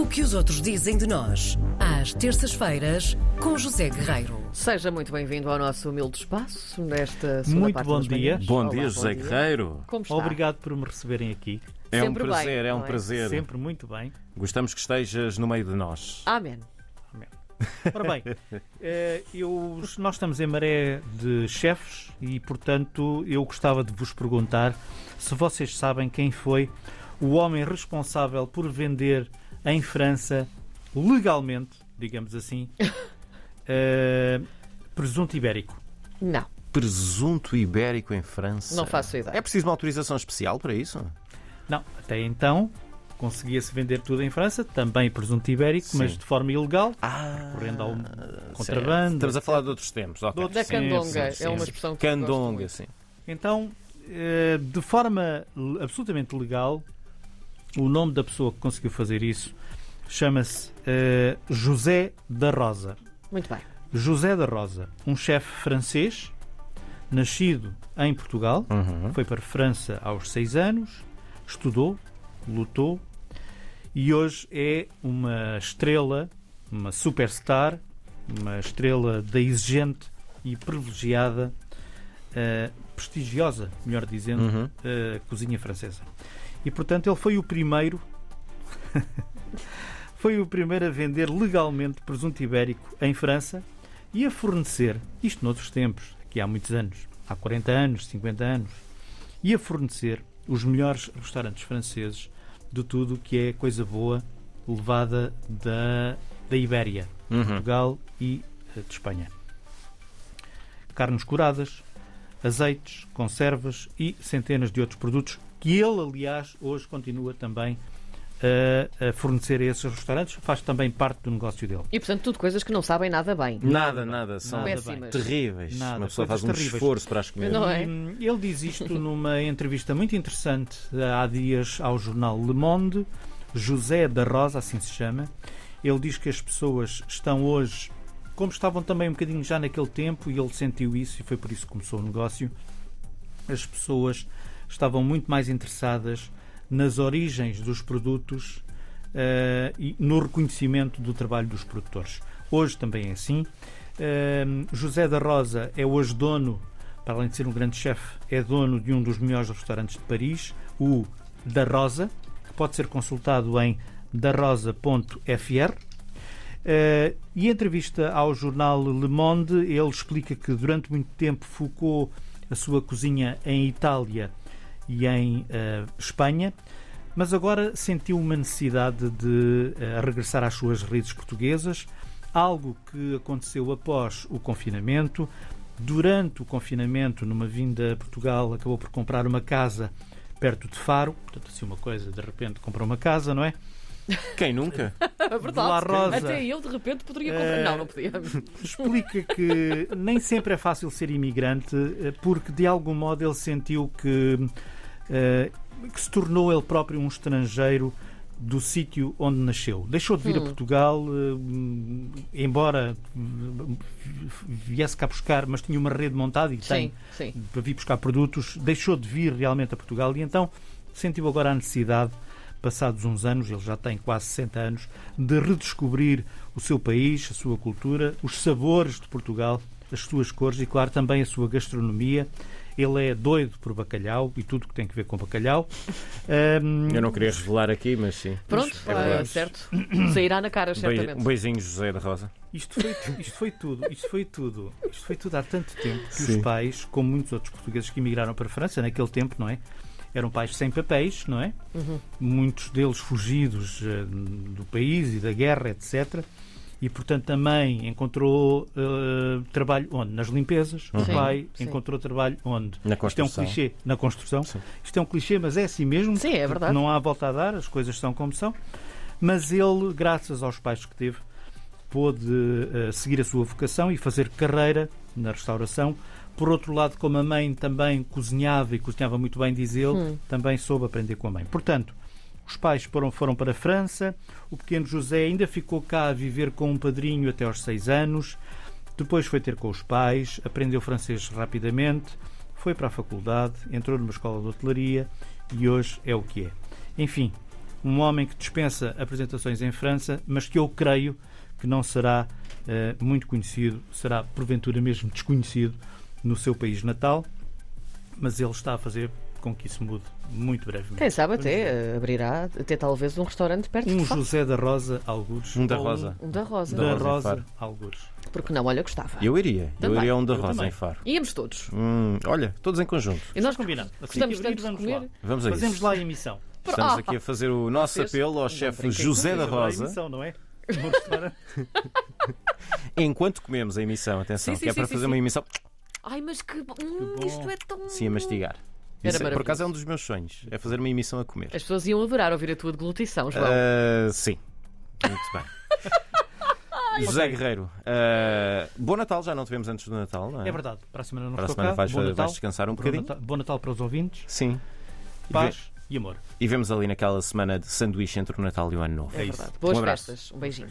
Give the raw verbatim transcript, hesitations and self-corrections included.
O que os outros dizem de nós, às terças-feiras, com José Guerreiro. Seja muito bem-vindo ao nosso humilde espaço nesta segunda Muito parte bom das dia. manhãs. Bom Olá, dia, bom José dia. Guerreiro. Como está? Obrigado por me receberem aqui. É um Sempre bem, prazer, é um não é? prazer. Sempre muito bem. Gostamos que estejas no meio de nós. Amém. Ora bem, eh, eu, nós estamos em maré de chefes e, portanto, eu gostava de vos perguntar se vocês sabem quem foi o homem responsável por vender em França, legalmente, digamos assim, eh, presunto ibérico. Não, Presunto ibérico em França. não faço ideia. É preciso uma autorização especial para isso? Não, até então conseguia-se vender tudo em França, também presunto ibérico, Sim. mas de forma ilegal, Ah, recorrendo ao certo. contrabando. Estamos a falar de outros tempos. ok. De outros- Da Sim, candonga, sim, é uma sim. expressão que eu gosto Candonga, muito. sim. Então, eh, de forma l- absolutamente legal, o nome da pessoa que conseguiu fazer isso chama-se eh, José da Rosa. Muito bem. José da Rosa, um chefe francês, nascido em Portugal, Uhum. foi para a França aos seis anos, estudou, lutou e hoje é uma estrela, uma superstar, uma estrela da exigente e privilegiada, eh, prestigiosa, melhor dizendo, Uhum. eh, cozinha francesa. E, portanto, ele foi o primeiro foi o primeiro a vender legalmente presunto ibérico em França e a fornecer, isto noutros tempos, aqui há muitos anos, há quarenta anos, cinquenta anos, e a fornecer os melhores restaurantes franceses de tudo o que é coisa boa levada da, da Ibéria, Uhum. Portugal e eh, de Espanha. Carnes curadas, azeites, conservas e centenas de outros produtos que ele, aliás, hoje continua também a, a fornecer a esses restaurantes. Faz também parte do negócio dele. E, portanto, tudo coisas que não sabem nada bem. Nada, nada. São Nada Péssimas. terríveis. Nada, Uma pessoa faz coisas um terríveis. esforço para as comer. Não é? E, hum, ele diz isto numa entrevista muito interessante há dias ao jornal Le Monde. José da Rosa, assim se chama. Ele diz que as pessoas estão hoje, como estavam também um bocadinho já naquele tempo, e ele sentiu isso e foi por isso que começou o negócio. As pessoas estavam muito mais interessadas nas origens dos produtos eh, e no reconhecimento do trabalho dos produtores. Hoje também é assim. Eh, José da Rosa é hoje dono, para além de ser um grande chefe, é dono de um dos melhores restaurantes de Paris, o Da Rosa, que pode ser consultado em da rosa ponto f r. Uh, e em entrevista ao jornal Le Monde, ele explica que durante muito tempo focou a sua cozinha em Itália e em uh, Espanha, mas agora sentiu uma necessidade de uh, regressar às suas raízes portuguesas, algo que aconteceu após o confinamento. Durante o confinamento, numa vinda a Portugal, acabou por comprar uma casa perto de Faro, portanto assim uma coisa, de repente comprou uma casa, não é? Quem nunca? Verdade. La Rosa. Até eu, de repente, poderia comprar. Eh, Não, não podíamos. Explica que nem sempre é fácil ser imigrante, eh, porque de algum modo ele sentiu que, eh, que se tornou ele próprio um estrangeiro do sítio onde nasceu. Deixou de vir Hum. a Portugal, eh, embora eh, viesse cá buscar, mas tinha uma rede montada e tem Sim, sim. para vir buscar produtos, deixou de vir realmente a Portugal e então sentiu agora a necessidade, passados uns anos, ele já tem quase sessenta anos, de redescobrir o seu país, a sua cultura, os sabores de Portugal, as suas cores e, claro, também a sua gastronomia. Ele é doido por bacalhau e tudo que tem a ver com bacalhau. Ahm, Eu não queria revelar aqui, mas sim. Pronto, É ah, verdade. certo. Sairá na cara, Um certamente. beijinho, José da Rosa. Isto foi, isto foi tudo, isto foi tudo, isto foi tudo há tanto tempo que Sim. os pais, como muitos outros portugueses que emigraram para a França, naquele tempo, não é? Eram pais sem papéis, não é? Uhum. Muitos deles fugidos eh, do país e da guerra, etcétera. E, portanto, também encontrou eh, trabalho onde? Nas limpezas. O Sim, pai sim. encontrou trabalho onde? Na Isto é um construção. clichê. Na construção. Sim. Isto é um clichê, mas é assim mesmo. Sim, é verdade. Não há volta a dar, as coisas são como são. Mas ele, graças aos pais que teve, pôde eh, seguir a sua vocação e fazer carreira na restauração. Por outro lado, como a mãe também cozinhava e cozinhava muito bem, diz ele, Hum. também soube aprender com a mãe. Portanto, os pais foram, foram para a França, o pequeno José ainda ficou cá a viver com um padrinho até aos seis anos, depois foi ter com os pais, aprendeu francês rapidamente, foi para a faculdade, entrou numa escola de hotelaria e hoje é o que é. Enfim, Um homem que dispensa apresentações em França, mas que eu creio que não será uh, muito conhecido, será porventura mesmo desconhecido no seu país natal, mas ele está a fazer com que isso mude muito brevemente. Quem sabe até uh, abrirá até talvez um restaurante perto Um de Faro. José da Rosa, algures. Um da ou Rosa. Um da Rosa. Da Da Rosa em Rosa, Faro. algures. Porque não, olha, gostava. Eu iria. Eu Também. iria a um da Eu Rosa também. em Faro. Íamos todos. Hum, olha, todos em conjunto. E nós Combinado. Assim gostamos que abrir, tanto de vamos comer. lá. Vamos a Fazemos isso. lá a emissão. Estamos Ah, aqui a fazer o nosso vocês apelo ao não chefe brinquem José da Fazemos lá a Rosa. emissão, não é? No restaurante. Enquanto comemos a emissão, atenção, Sim, sim, que é sim, para sim, fazer sim. uma emissão Ai, mas que bom. Hum, bom. isto é tão... sim a mastigar. Era Isso, é- por acaso é um maravilhoso. dos meus sonhos, é fazer uma emissão a comer. As pessoas iam adorar ouvir a tua deglutição, João. Ah, sim, muito bem. José Guerreiro, ah, bom Natal, já não tivemos antes do Natal, não é? É verdade. Para a semana não Para a estou semana cá. vais, Bom Natal. vais descansar um Bom bocadinho. Natal, bom Natal para os ouvintes. Sim. Paz e amor. E vemos ali naquela semana de sanduíche entre o Natal e o Ano Novo. É é isso. verdade. Boas Um abraço. festas. Um beijinho.